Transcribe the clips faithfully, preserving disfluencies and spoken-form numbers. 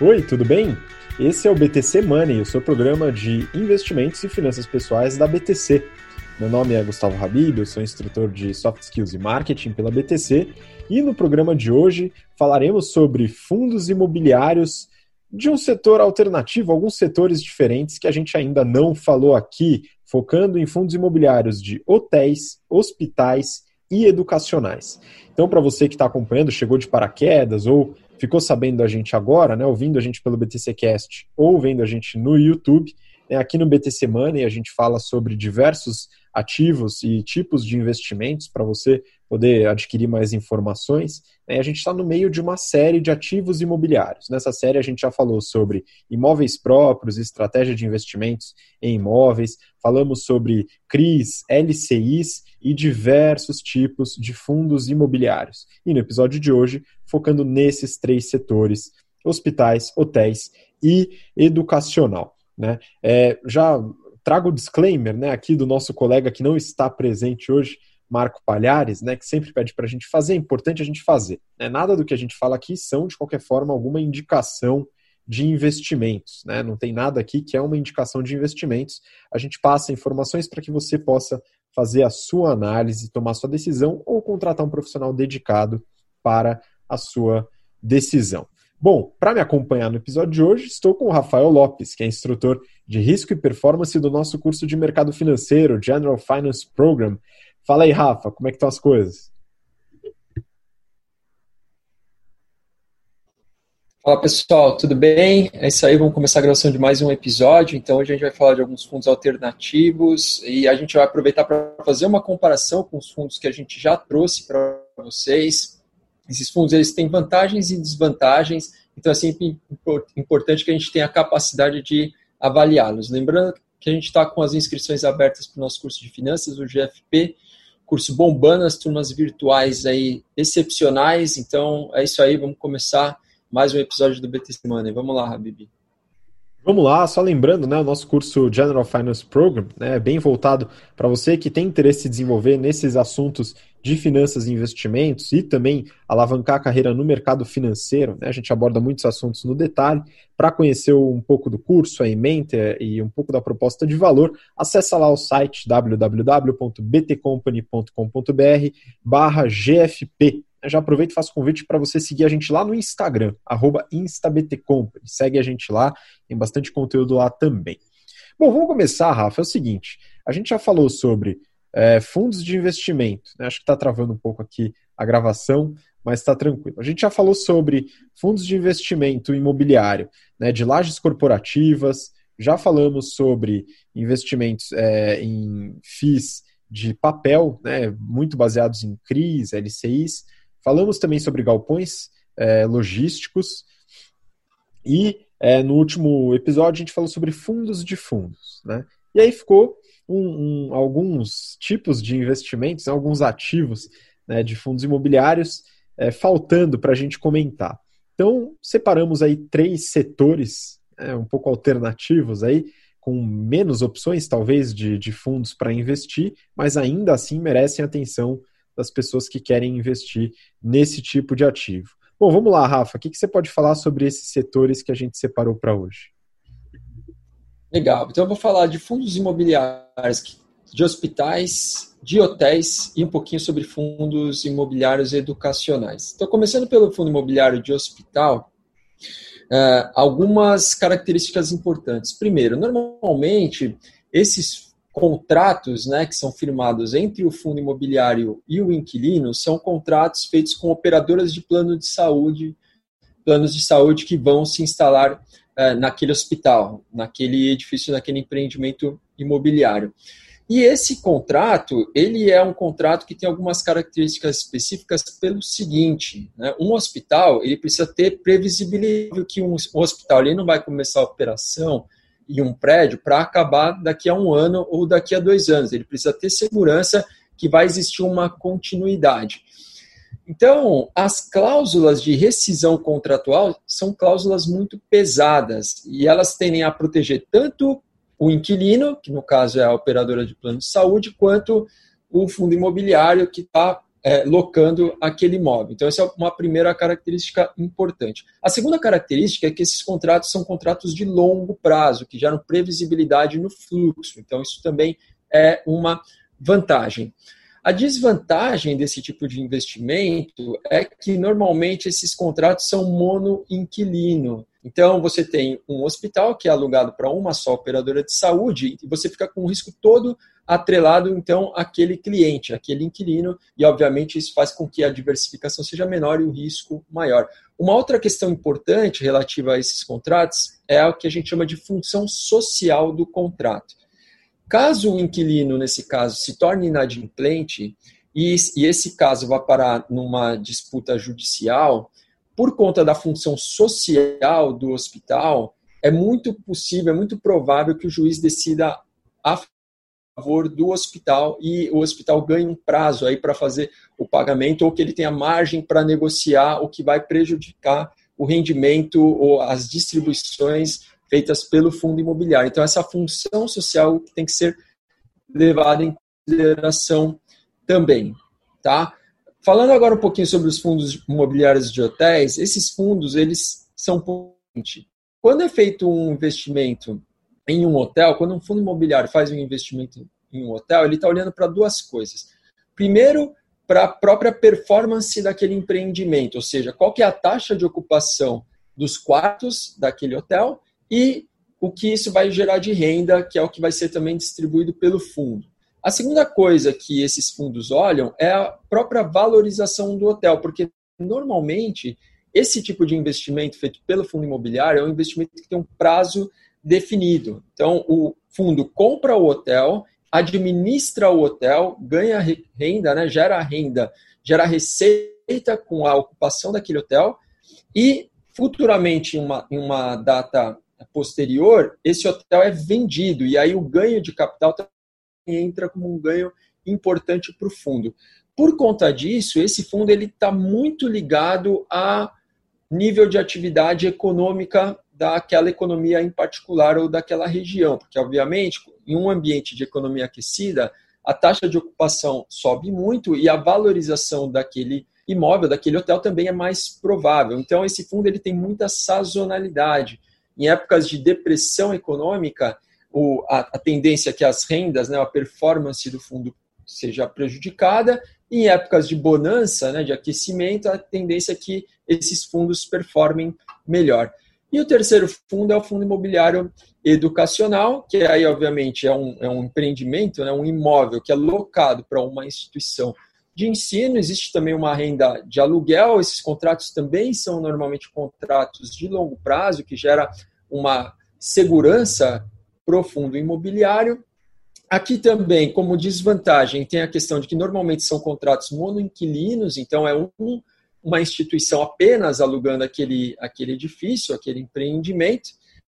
Oi, tudo bem? Esse é o B T C Money, o seu programa de investimentos e finanças pessoais da B T C. Meu nome é Gustavo Habib, eu sou instrutor de Soft Skills e Marketing pela B T C e no programa de hoje falaremos sobre fundos imobiliários de um setor alternativo, alguns setores diferentes que a gente ainda não falou aqui, focando em fundos imobiliários de hotéis, hospitais e educacionais. Então, para você que está acompanhando, chegou de paraquedas ou ficou sabendo da gente agora, né, ouvindo a gente pelo B T C Cast ou vendo a gente no YouTube, né, aqui no B T C Money a gente fala sobre diversos ativos e tipos de investimentos para você poder adquirir mais informações. Né, a gente está no meio de uma série de ativos imobiliários. Nessa série a gente já falou sobre imóveis próprios, estratégia de investimentos em imóveis, falamos sobre C R Is, L C Is e diversos tipos de fundos imobiliários. E no episódio de hoje, focando nesses três setores, hospitais, hotéis e educacional. Né? É, já trago o disclaimer, né, aqui do nosso colega que não está presente hoje, Marco Palhares, né, que sempre pede para a gente fazer, é importante a gente fazer. Né? Nada do que a gente fala aqui são, de qualquer forma, alguma indicação de investimentos. Né? Não tem nada aqui que é uma indicação de investimentos. A gente passa informações para que você possa fazer a sua análise, tomar a sua decisão ou contratar um profissional dedicado para a sua decisão. Bom, para me acompanhar no episódio de hoje, estou com o Rafael Lopes, que é instrutor de risco e performance do nosso curso de mercado financeiro, General Finance Program. Fala aí, Rafa, como é que estão as coisas? Fala pessoal, tudo bem? É isso aí, vamos começar a gravação de mais um episódio. Então hoje a gente vai falar de alguns fundos alternativos e a gente vai aproveitar para fazer uma comparação com os fundos que a gente já trouxe para vocês. Esses fundos eles têm vantagens e desvantagens, então é sempre importante que a gente tenha a capacidade de avaliá-los. Lembrando que a gente está com as inscrições abertas para o nosso curso de finanças, o G F P, curso bombando, as turmas virtuais aí excepcionais. Então é isso aí, vamos começar mais um episódio do B T C Money. Vamos lá, Habib. Vamos lá, só lembrando, né, o nosso curso General Finance Program, né, é bem voltado para você que tem interesse em desenvolver nesses assuntos de finanças e investimentos e também alavancar a carreira no mercado financeiro. Né, a gente aborda muitos assuntos no detalhe. Para conhecer um pouco do curso, a ementa e um pouco da proposta de valor, acessa lá o site w w w ponto b t company ponto com ponto b r barra G F P. Já aproveito e faço convite para você seguir a gente lá no Instagram, arroba instabtcompany. Segue a gente lá, tem bastante conteúdo lá também. Bom, vamos começar, Rafa. É o seguinte, a gente já falou sobre é, fundos de investimento, né? Acho que está travando um pouco aqui a gravação, mas está tranquilo. A gente já falou sobre fundos de investimento imobiliário, né, de lajes corporativas, já falamos sobre investimentos é, em F I Is de papel, né, muito baseados em C R Is, L C Is. Falamos também sobre galpões é, logísticos e é, no último episódio a gente falou sobre fundos de fundos. Né? E aí ficou um, um, alguns tipos de investimentos, alguns ativos, né, de fundos imobiliários é, faltando para a gente comentar. Então separamos aí três setores é, um pouco alternativos aí, com menos opções talvez de, de fundos para investir, mas ainda assim merecem atenção das pessoas que querem investir nesse tipo de ativo. Bom, vamos lá, Rafa, o que, que você pode falar sobre esses setores que a gente separou para hoje? Legal, então eu vou falar de fundos imobiliários, de hospitais, de hotéis e um pouquinho sobre fundos imobiliários educacionais. Então, começando pelo fundo imobiliário de hospital, uh, algumas características importantes. Primeiro, normalmente, esses contratos, né, que são firmados entre o fundo imobiliário e o inquilino são contratos feitos com operadoras de plano de saúde, planos de saúde que vão se instalar uh, naquele hospital, naquele edifício, naquele empreendimento imobiliário. E esse contrato, ele é um contrato que tem algumas características específicas pelo seguinte, né, um hospital, ele precisa ter previsibilidade que um, um hospital ele não vai começar a operação em um prédio para acabar daqui a um ano ou daqui a dois anos. Ele precisa ter segurança que vai existir uma continuidade. Então, as cláusulas de rescisão contratual são cláusulas muito pesadas e elas tendem a proteger tanto o inquilino, que no caso é a operadora de plano de saúde, quanto o fundo imobiliário que está é, locando aquele imóvel. Então, essa é uma primeira característica importante. A segunda característica é que esses contratos são contratos de longo prazo, que geram previsibilidade no fluxo. Então, isso também é uma vantagem. A desvantagem desse tipo de investimento é que, normalmente, esses contratos são monoinquilino. Então, você tem um hospital que é alugado para uma só operadora de saúde e você fica com o risco todo atrelado, então, àquele cliente, àquele inquilino, e, obviamente, isso faz com que a diversificação seja menor e o risco maior. Uma outra questão importante relativa a esses contratos é o que a gente chama de função social do contrato. Caso o inquilino, nesse caso, se torne inadimplente e, e esse caso vá parar numa disputa judicial, por conta da função social do hospital, é muito possível, é muito provável que o juiz decida a favor do hospital e o hospital ganhe um prazo aí para fazer o pagamento ou que ele tenha margem para negociar o que vai prejudicar o rendimento ou as distribuições feitas pelo fundo imobiliário. Então, essa função social tem que ser levada em consideração também, tá? Falando agora um pouquinho sobre os fundos imobiliários de hotéis, esses fundos, eles são... Quando é feito um investimento em um hotel, quando um fundo imobiliário faz um investimento em um hotel, ele está olhando para duas coisas. Primeiro, para a própria performance daquele empreendimento, ou seja, qual que é a taxa de ocupação dos quartos daquele hotel e o que isso vai gerar de renda, que é o que vai ser também distribuído pelo fundo. A segunda coisa que esses fundos olham é a própria valorização do hotel, porque normalmente esse tipo de investimento feito pelo fundo imobiliário é um investimento que tem um prazo definido. Então, o fundo compra o hotel, administra o hotel, ganha renda, né, gera renda, gera receita com a ocupação daquele hotel e futuramente, em uma, em uma data posterior, esse hotel é vendido e aí o ganho de capital também entra como um ganho importante para o fundo. Por conta disso, esse fundo está muito ligado a nível de atividade econômica daquela economia em particular ou daquela região, porque, obviamente, em um ambiente de economia aquecida, a taxa de ocupação sobe muito e a valorização daquele imóvel, daquele hotel, também é mais provável. Então, esse fundo ele tem muita sazonalidade. Em épocas de depressão econômica, o, a, a tendência é que as rendas, né, a performance do fundo seja prejudicada. Em épocas de bonança, né, de aquecimento, a tendência é que esses fundos performem melhor. E o terceiro fundo é o fundo imobiliário educacional, que aí, obviamente, é um, é um empreendimento, né, um imóvel que é locado para uma instituição de ensino. Existe também uma renda de aluguel. Esses contratos também são normalmente contratos de longo prazo, que gera uma segurança para o fundo imobiliário. Aqui também, como desvantagem, tem a questão de que normalmente são contratos monoinquilinos, então é um, uma instituição apenas alugando aquele, aquele edifício, aquele empreendimento.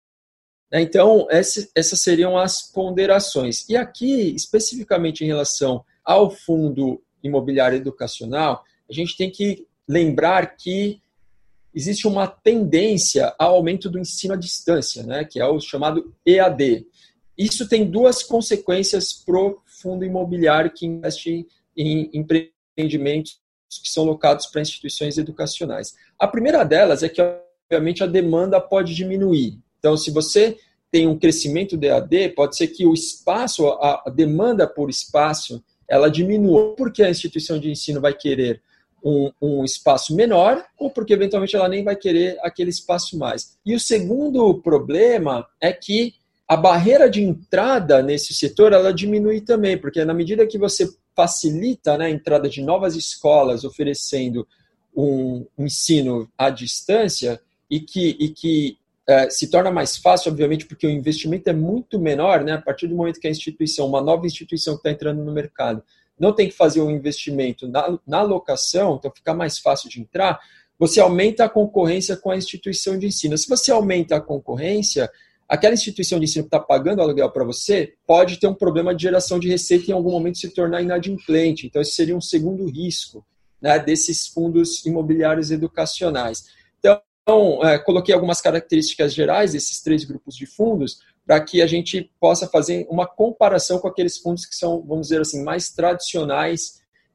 Então, essas seriam as ponderações. E aqui, especificamente em relação ao fundo imobiliário educacional, a gente tem que lembrar que existe uma tendência ao aumento do ensino à distância, né, que é o chamado E A D. Isso tem duas consequências para o fundo imobiliário que investe em empreendimentos que são locados para instituições educacionais. A primeira delas é que, obviamente, a demanda pode diminuir. Então, se você tem um crescimento do E A D, pode ser que o espaço, a demanda por espaço, ela diminua, porque a instituição de ensino vai querer um, um espaço menor, ou porque, eventualmente, ela nem vai querer aquele espaço mais. E o segundo problema é que a barreira de entrada nesse setor, ela diminui também, porque na medida que você facilita, né, a entrada de novas escolas oferecendo um, um ensino à distância e que, e que é, se torna mais fácil, obviamente, porque o investimento é muito menor, né, a partir do momento que a instituição, uma nova instituição que está entrando no mercado, não tem que fazer um investimento na, na locação, então fica mais fácil de entrar, você aumenta a concorrência com a instituição de ensino. Se você aumenta a concorrência, aquela instituição de ensino que está pagando aluguel para você pode ter um problema de geração de receita e em algum momento se tornar inadimplente. Então, esse seria um segundo risco, né, desses fundos imobiliários educacionais. Então, é, coloquei algumas características gerais desses três grupos de fundos para que a gente possa fazer uma comparação com aqueles fundos que são, vamos dizer assim, mais tradicionais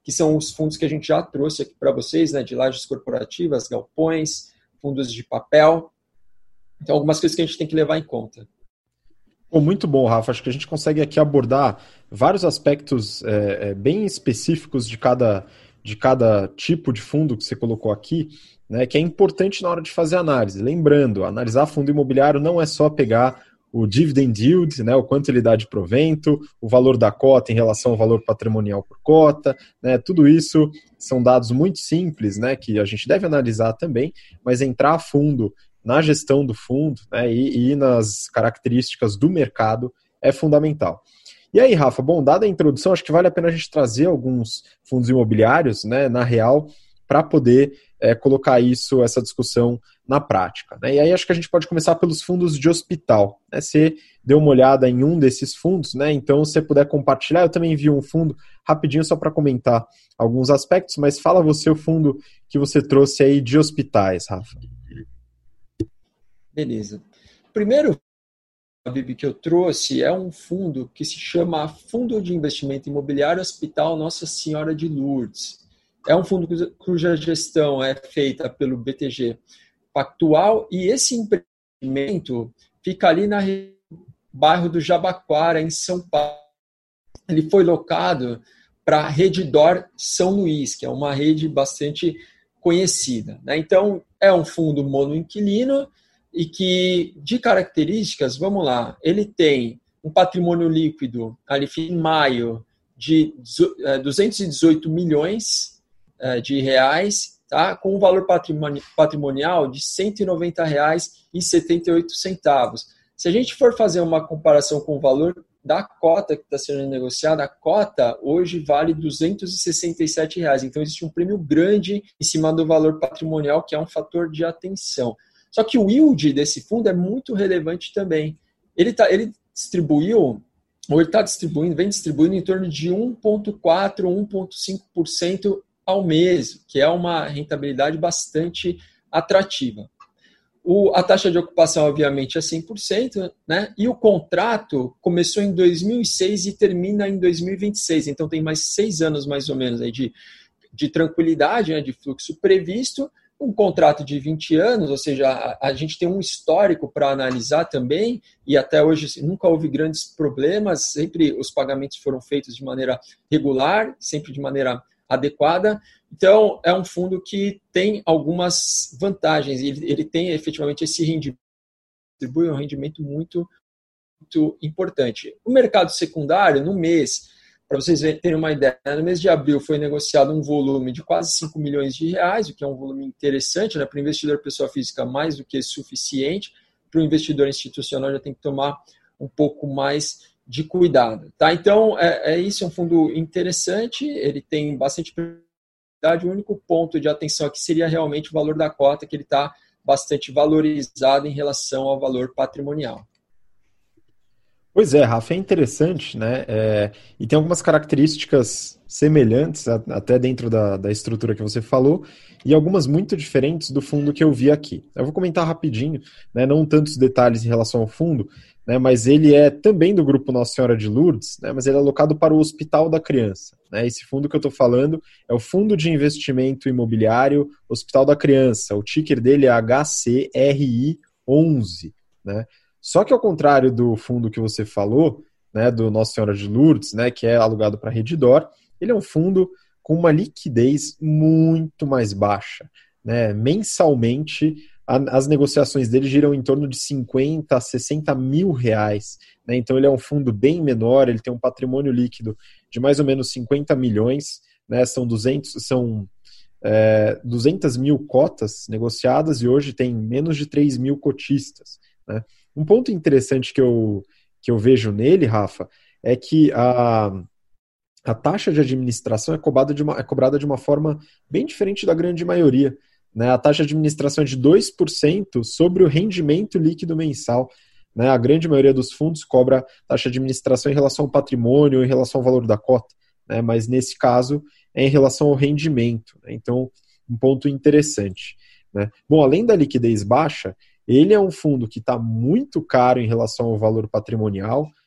que são os fundos que a gente já trouxe aqui para vocês, né, de lajes corporativas, galpões, fundos de papel. Então, algumas coisas que a gente tem que levar em conta. Pô, muito bom, Rafa. Acho que a gente consegue aqui abordar vários aspectos é, é, bem específicos de cada, de cada tipo de fundo que você colocou aqui, né, que é importante na hora de fazer análise. Lembrando, analisar fundo imobiliário não é só pegar o dividend yield, né, o quanto ele dá de provento, o valor da cota em relação ao valor patrimonial por cota, né, tudo isso são dados muito simples, né, que a gente deve analisar também, mas entrar a fundo na gestão do fundo, né, e, e nas características do mercado é fundamental. E aí, Rafa, bom, dada a introdução, acho que vale a pena a gente trazer alguns fundos imobiliários, né, na real, para poder é, colocar isso, essa discussão na prática, né? E aí acho que a gente pode começar pelos fundos de hospital, né? Você deu uma olhada em um desses fundos, né? Então, se você puder compartilhar, eu também vi um fundo rapidinho só para comentar alguns aspectos, mas fala você o fundo que você trouxe aí de hospitais, Rafa. Beleza. Primeiro, Bibi, que eu trouxe é um fundo que se chama Fundo de Investimento Imobiliário Hospital Nossa Senhora de Lourdes. É um fundo cuja gestão é feita pelo B T G Pactual e esse empreendimento fica ali no bairro do Jabaquara, em São Paulo. Ele foi locado para a Redditor São Luís, que é uma rede bastante conhecida, né? Então, é um fundo monoinquilino e que, de características, vamos lá, ele tem um patrimônio líquido, ali em maio, de duzentos e dezoito milhões de reais, tá? Com um valor patrimonial de cento e noventa reais e setenta e oito centavos. Se a gente for fazer uma comparação com o valor da cota que está sendo negociada, a cota hoje vale duzentos e sessenta e sete reais. Então, existe um prêmio grande em cima do valor patrimonial, que é um fator de atenção. Só que o yield desse fundo é muito relevante também. Ele, tá, ele distribuiu, ou ele está distribuindo, vem distribuindo em torno de um vírgula quatro por cento, um vírgula cinco por cento ao mês, que é uma rentabilidade bastante atrativa. O, a taxa de ocupação, obviamente, é cem por cento, né? E o contrato começou em dois mil e seis e termina em dois mil e vinte e seis, então tem mais seis anos, mais ou menos, aí de, de tranquilidade, né, de fluxo previsto, um contrato de vinte anos, ou seja, a, a gente tem um histórico para analisar também, e até hoje assim, nunca houve grandes problemas, sempre os pagamentos foram feitos de maneira regular, sempre de maneira adequada. Então, é um fundo que tem algumas vantagens. Ele, ele tem efetivamente esse rendimento, distribui um rendimento muito, muito importante. O mercado secundário, no mês, para vocês terem uma ideia, no mês de abril foi negociado um volume de quase cinco milhões de reais, o que é um volume interessante, né? Para o investidor pessoa física, mais do que suficiente. Para o investidor institucional, já tem que tomar um pouco mais de cuidado, tá? Então, é, é isso, é um fundo interessante, ele tem bastante prioridade, o único ponto de atenção aqui seria realmente o valor da cota, que ele está bastante valorizado em relação ao valor patrimonial. Pois é, Rafa, é interessante, né? É, e tem algumas características semelhantes, a, até dentro da, da estrutura que você falou, e algumas muito diferentes do fundo que eu vi aqui. Eu vou comentar rapidinho, né, não tantos detalhes em relação ao fundo, né, mas ele é também do grupo Nossa Senhora de Lourdes, né, mas ele é alocado para o Hospital da Criança. Né? Esse fundo que eu estou falando é o Fundo de Investimento Imobiliário Hospital da Criança. O ticker dele é H C R I onze, né? Só que ao contrário do fundo que você falou, né, do Nossa Senhora de Lourdes, né, que é alugado para a Redditor, ele é um fundo com uma liquidez muito mais baixa. Né? Mensalmente, a, as negociações dele giram em torno de cinquenta a sessenta mil reais. Né? Então ele é um fundo bem menor, ele tem um patrimônio líquido de mais ou menos cinquenta milhões, né? São, duzentos, são é, duzentas mil cotas negociadas e hoje tem menos de três mil cotistas. Né? Um ponto interessante que eu, que eu vejo nele, Rafa, é que a, a taxa de administração é cobrada, de uma, é cobrada de uma forma bem diferente da grande maioria. Né? A taxa de administração é de dois por cento sobre o rendimento líquido mensal. Né? A grande maioria dos fundos cobra taxa de administração em relação ao patrimônio, em relação ao valor da cota. Né? Mas nesse caso é em relação ao rendimento. Né? Então, um ponto interessante. Né? Bom, além da liquidez baixa, ele é um fundo que está muito caro em relação ao valor patrimonial,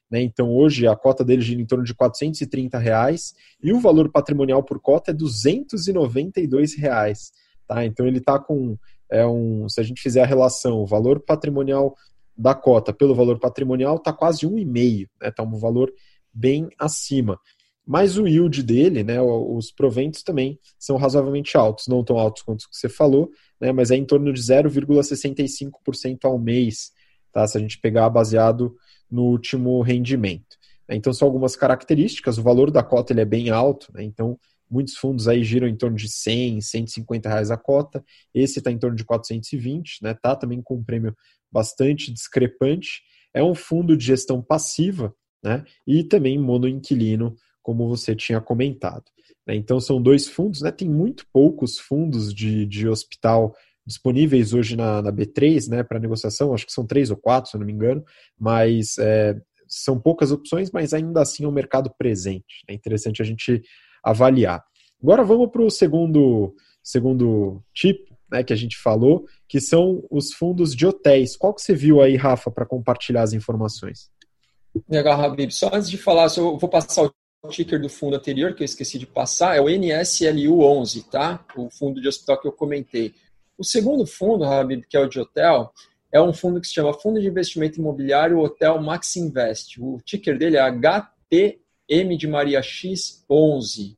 né? Então hoje a cota dele gira em torno de quatrocentos e trinta reais e o valor patrimonial por cota é duzentos e noventa e dois reais. Tá? Então ele está com, é um, se a gente fizer a relação, o valor patrimonial da cota pelo valor patrimonial está quase um vírgula cinco, né? Está um valor bem acima. Mas o yield dele, né, os proventos também são razoavelmente altos, não tão altos quanto você falou, né, mas é em torno de zero vírgula sessenta e cinco por cento ao mês, tá, se a gente pegar baseado no último rendimento. Então são algumas características, o valor da cota ele é bem alto, né, então muitos fundos aí giram em torno de cem, cento e cinquenta reais a cota, esse está em torno de quatrocentos e vinte, né, tá também com um prêmio bastante discrepante, é um fundo de gestão passiva, né, e também monoinquilino, como você tinha comentado. Então são dois fundos, né? Tem muito poucos fundos de, de hospital disponíveis hoje na, na B três, né, para negociação, acho que são três ou quatro, se eu não me engano, mas é, são poucas opções, mas ainda assim é um mercado presente. É interessante a gente avaliar. Agora vamos para o segundo, segundo tipo, né, que a gente falou, que são os fundos de hotéis. Qual que você viu aí, Rafa, para compartilhar as informações? Legal, Habib. Só antes de falar, eu vou passar o O ticker do fundo anterior, que eu esqueci de passar, é o N S L U onze, tá? O fundo de hospital que eu comentei. O segundo fundo, Habib, que é o de hotel, é um fundo que se chama Fundo de Investimento Imobiliário Hotel Max Invest. O ticker dele é H T M de Maria X onze.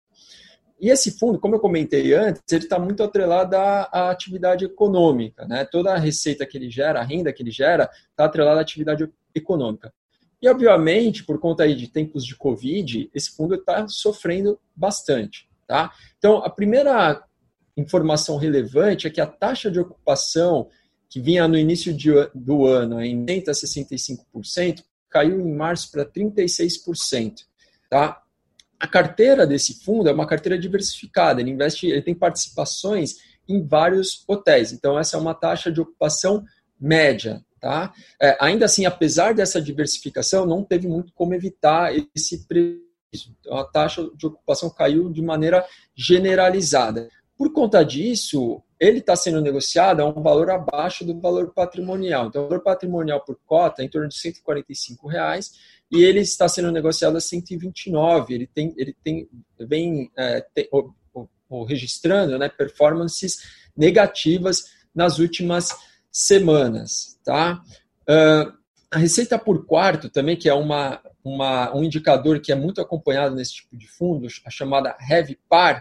E esse fundo, como eu comentei antes, ele está muito atrelado à, à atividade econômica, né? Toda a receita que ele gera, a renda que ele gera, está atrelada à atividade econômica. E, obviamente, por conta aí de tempos de Covid, esse fundo está sofrendo bastante. Tá? Então, a primeira informação relevante é que a taxa de ocupação, que vinha no início de, do ano em sessenta a sessenta e cinco por cento, caiu em março para trinta e seis por cento. Tá? A carteira desse fundo é uma carteira diversificada, ele investe, ele tem participações em vários hotéis. Então, essa é uma taxa de ocupação média. Tá? É, ainda assim, apesar dessa diversificação, não teve muito como evitar esse preço. Então, a taxa de ocupação caiu de maneira generalizada. Por conta disso, ele está sendo negociado a um valor abaixo do valor patrimonial. Então, o valor patrimonial por cota é em torno de cento e quarenta e cinco reais e ele está sendo negociado a cento e vinte e nove. Ele tem, ele tem, vem é, tem, o, o, o registrando, né, performances negativas nas últimas semanas, tá? Uh, a receita por quarto também, que é uma, uma, um indicador que é muito acompanhado nesse tipo de fundos, a chamada RevPAR,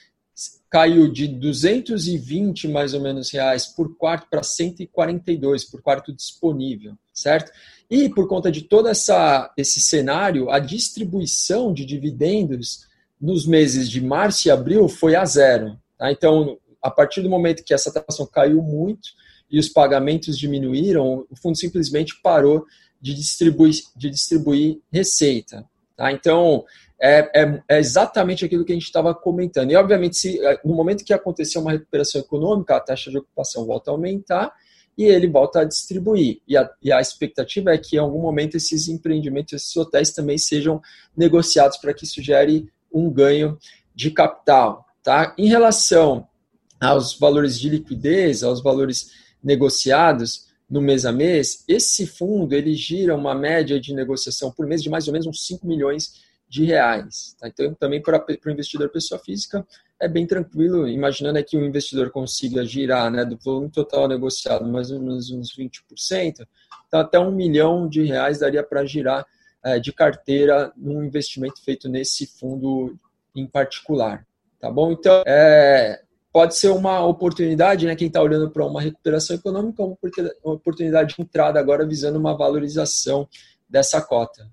caiu de duzentos e vinte mais ou menos reais por quarto para cento e quarenta e dois por quarto disponível, certo? E por conta de todo essa, esse cenário, a distribuição de dividendos nos meses de março e abril foi a zero, tá? Então, a partir do momento que essa taxação caiu muito, e os pagamentos diminuíram, o fundo simplesmente parou de distribuir, de distribuir receita. Tá? Então, é, é, é exatamente aquilo que a gente estava comentando. E, obviamente, se, no momento que acontecer uma recuperação econômica, a taxa de ocupação volta a aumentar e ele volta a distribuir. E a, e a expectativa é que, em algum momento, esses empreendimentos, esses hotéis também sejam negociados para que isso gere um ganho de capital. Tá? Em relação aos valores de liquidez, aos valores negociados no mês a mês, esse fundo ele gira uma média de negociação por mês de mais ou menos uns cinco milhões de reais. Tá? Então, também para o investidor pessoa física é bem tranquilo, imaginando que o investidor consiga girar, né, do volume total negociado mais ou menos uns vinte por cento, então até um milhão de reais daria para girar é, de carteira num investimento feito nesse fundo em particular. Tá bom? Então, é... pode ser uma oportunidade, né? Quem está olhando para uma recuperação econômica, uma oportunidade de entrada agora visando uma valorização dessa cota.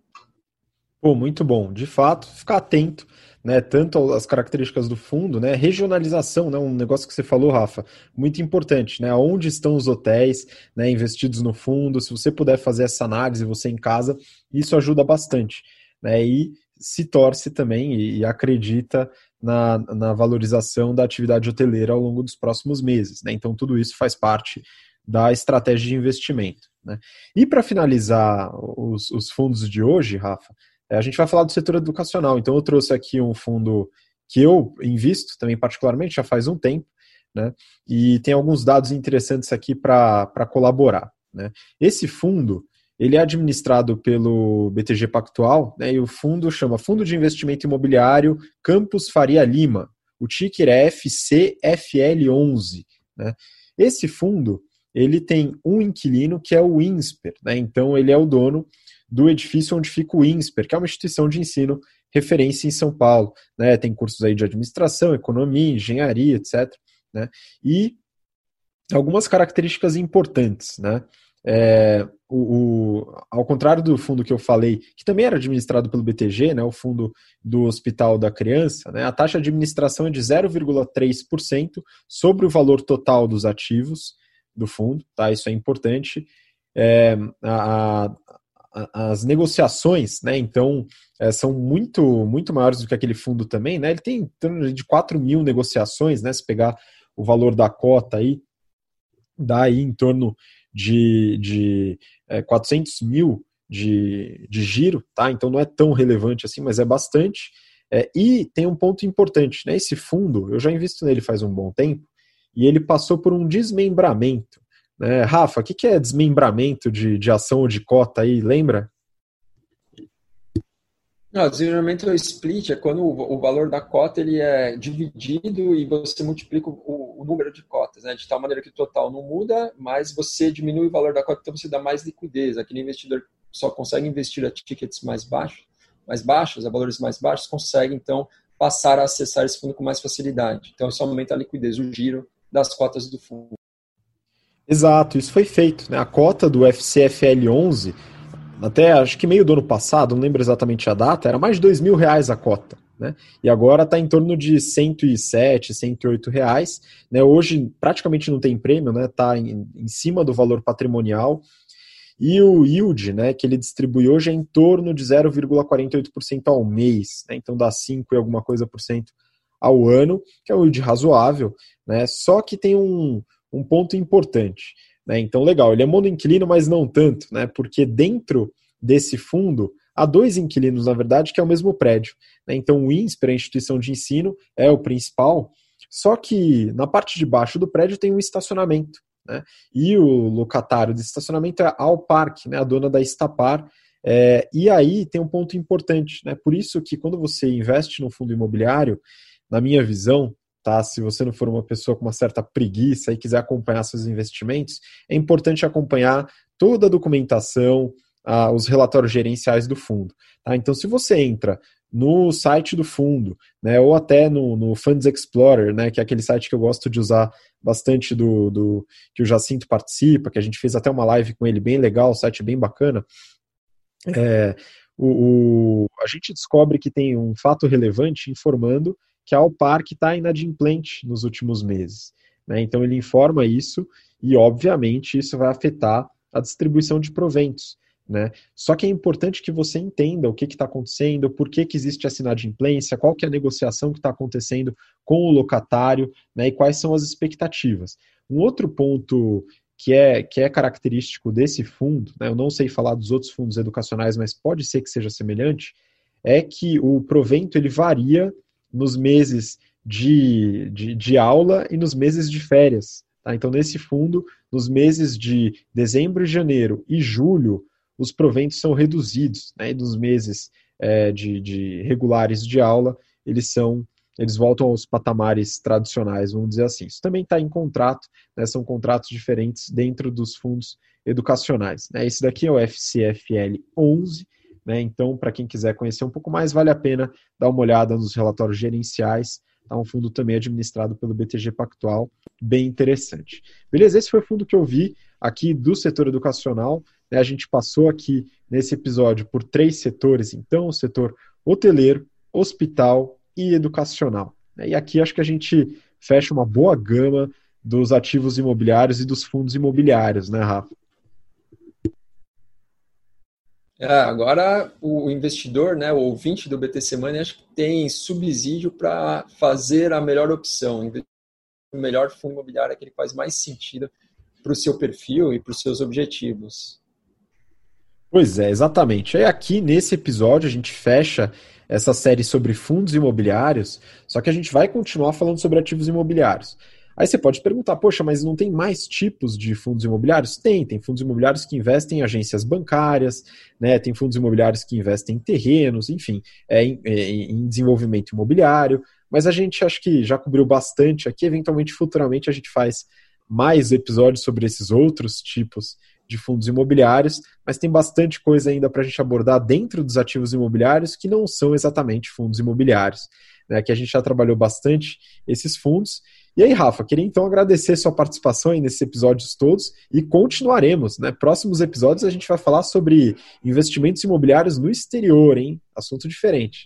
Pô, muito bom. De fato, ficar atento, né? Tanto às características do fundo, né? Regionalização, né? Um negócio que você falou, Rafa, muito importante, né? Onde estão os hotéis, né? Investidos no fundo. Se você puder fazer essa análise, você em casa, isso ajuda bastante, né? E se torce também e, e acredita Na, na valorização da atividade hoteleira ao longo dos próximos meses, né? Então tudo isso faz parte da estratégia de investimento, né? E para finalizar os, os fundos de hoje, Rafa, a gente vai falar do setor educacional. Então eu trouxe aqui um fundo que eu invisto também particularmente já faz um tempo, né? E tem alguns dados interessantes aqui para colaborar, né? Esse fundo ele é administrado pelo B T G Pactual, né, e o fundo chama Fundo de Investimento Imobiliário Campus Faria Lima. O ticker é F C F L onze. Né? Esse fundo ele tem um inquilino que é o INSPER, né? Então ele é o dono do edifício onde fica o INSPER, que é uma instituição de ensino referência em São Paulo. Né? Tem cursos aí de administração, economia, engenharia, etcétera. Né? E algumas características importantes, né? É, o, o, ao contrário do fundo que eu falei, que também era administrado pelo B T G, né, o fundo do Hospital da Criança, né, a taxa de administração é de zero vírgula três por cento sobre o valor total dos ativos do fundo, tá? Isso é importante. É, a, a, as negociações, né, então, é, são muito, muito maiores do que aquele fundo também, né? Ele tem em torno de quatro mil negociações, né, se pegar o valor da cota aí, dá aí em torno de, de é, quatrocentos mil de, de giro, tá? Então não é tão relevante assim, mas é bastante. É, e tem um ponto importante, né? Esse fundo, eu já invisto nele faz um bom tempo, e ele passou por um desmembramento. Né? Rafa, o que, que é desmembramento de, de ação ou de cota aí, lembra? Não, desmembramento ou split é quando o, o valor da cota ele é dividido e você multiplica o, o número de cotas, né? De tal maneira que o total não muda, mas você diminui o valor da cota, então você dá mais liquidez. Aquele investidor só consegue investir a tickets mais baixos, mais baixos, a valores mais baixos, consegue então passar a acessar esse fundo com mais facilidade. Então isso aumenta a liquidez, o giro das cotas do fundo. Exato, isso foi feito. Né? A cota do F C F L onze, até acho que meio do ano passado, não lembro exatamente a data, era mais de dois mil reais a cota. Né? E agora está em torno de cento e sete, cento e oito reais. Né? Hoje praticamente não tem prêmio, está, né? em, em cima do valor patrimonial. E o yield, né, que ele distribui hoje é em torno de zero vírgula quarenta e oito por cento ao mês. Né? Então dá cinco e alguma coisa por cento ao ano, que é um yield razoável. Né? Só que tem um, um ponto importante. Né? Então, legal, ele é monoinquilino, mas não tanto, né? Porque dentro desse fundo há dois inquilinos, na verdade, que é o mesmo prédio. Né? Então, o INSPER, a instituição de ensino, é o principal, só que na parte de baixo do prédio tem um estacionamento. Né? E o locatário desse estacionamento é a Alpark, né? A dona da Estapar. É, e aí tem um ponto importante. Né? Por isso que quando você investe no fundo imobiliário, na minha visão, tá? Se você não for uma pessoa com uma certa preguiça e quiser acompanhar seus investimentos, é importante acompanhar toda a documentação, ah, os relatórios gerenciais do fundo. Tá? Então, se você entra no site do fundo, né, ou até no, no Funds Explorer, né, que é aquele site que eu gosto de usar bastante, do, do que o Jacinto participa, que a gente fez até uma live com ele bem legal, site bem bacana, é, o, o, a gente descobre que tem um fato relevante informando que a Alpark está inadimplente nos últimos meses. Né? Então ele informa isso e, obviamente, isso vai afetar a distribuição de proventos. Né? Só que é importante que você entenda o que está acontecendo, por que, que existe essa inadimplência, qual que é a negociação que está acontecendo com o locatário, né? E quais são as expectativas. Um outro ponto que é, que é característico desse fundo, né? Eu não sei falar dos outros fundos educacionais, mas pode ser que seja semelhante, é que o provento ele varia nos meses de, de, de aula e nos meses de férias. Tá? Então, nesse fundo, nos meses de dezembro, janeiro e julho, os proventos são reduzidos. Né? E nos meses é, de, de regulares de aula, eles, são, eles voltam aos patamares tradicionais, vamos dizer assim. Isso também está em contrato, né? São contratos diferentes dentro dos fundos educacionais. Né? Esse daqui é o F C F L onze, né? Então, para quem quiser conhecer um pouco mais, vale a pena dar uma olhada nos relatórios gerenciais. Tá um fundo também administrado pelo B T G Pactual, bem interessante. Beleza? Esse foi o fundo que eu vi aqui do setor educacional. Né? A gente passou aqui nesse episódio por três setores, então, o setor hoteleiro, hospital e educacional. E aqui acho que a gente fecha uma boa gama dos ativos imobiliários e dos fundos imobiliários, né, Rafa? É, agora o investidor, né, o ouvinte do B T C Money, acho que tem subsídio para fazer a melhor opção, o melhor fundo imobiliário, aquele que faz mais sentido para o seu perfil e para os seus objetivos. Pois é, exatamente. Aí aqui nesse episódio a gente fecha essa série sobre fundos imobiliários, só que a gente vai continuar falando sobre ativos imobiliários. Aí você pode perguntar, poxa, mas não tem mais tipos de fundos imobiliários? Tem, tem fundos imobiliários que investem em agências bancárias, né, tem fundos imobiliários que investem em terrenos, enfim, é, em, em desenvolvimento imobiliário, mas a gente acho que já cobriu bastante aqui, eventualmente futuramente a gente faz mais episódios sobre esses outros tipos de fundos imobiliários, mas tem bastante coisa ainda para a gente abordar dentro dos ativos imobiliários que não são exatamente fundos imobiliários, né, que a gente já trabalhou bastante esses fundos. E aí, Rafa, queria então agradecer sua participação aí nesses episódios todos e continuaremos, né? Próximos episódios a gente vai falar sobre investimentos imobiliários no exterior, hein? Assunto diferente.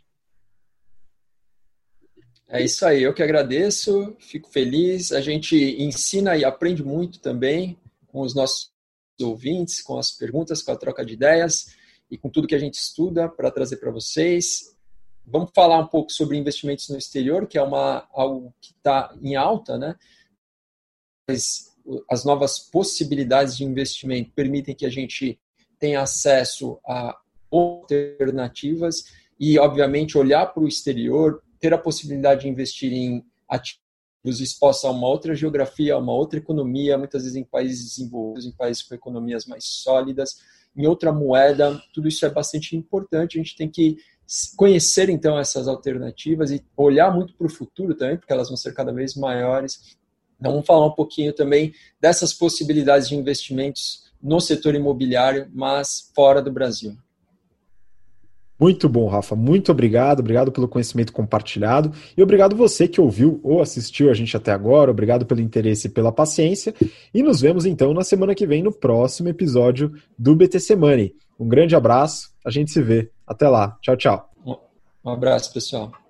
É isso aí, eu que agradeço, fico feliz. A gente ensina e aprende muito também com os nossos ouvintes, com as perguntas, com a troca de ideias e com tudo que a gente estuda para trazer para vocês. Vamos falar um pouco sobre investimentos no exterior, que é uma, algo que está em alta, né? As, as novas possibilidades de investimento permitem que a gente tenha acesso a alternativas e, obviamente, olhar para o exterior, ter a possibilidade de investir em ativos expostos a uma outra geografia, a uma outra economia, muitas vezes em países desenvolvidos, em países com economias mais sólidas, em outra moeda. Tudo isso é bastante importante. A gente tem que conhecer, então, essas alternativas e olhar muito para o futuro também, porque elas vão ser cada vez maiores. Então, vamos falar um pouquinho também dessas possibilidades de investimentos no setor imobiliário, mas fora do Brasil. Muito bom, Rafa. Muito obrigado. Obrigado pelo conhecimento compartilhado. E obrigado você que ouviu ou assistiu a gente até agora. Obrigado pelo interesse e pela paciência. E nos vemos, então, na semana que vem, no próximo episódio do B T C Money. Um grande abraço. A gente se vê. Até lá. Tchau, tchau. Um abraço, pessoal.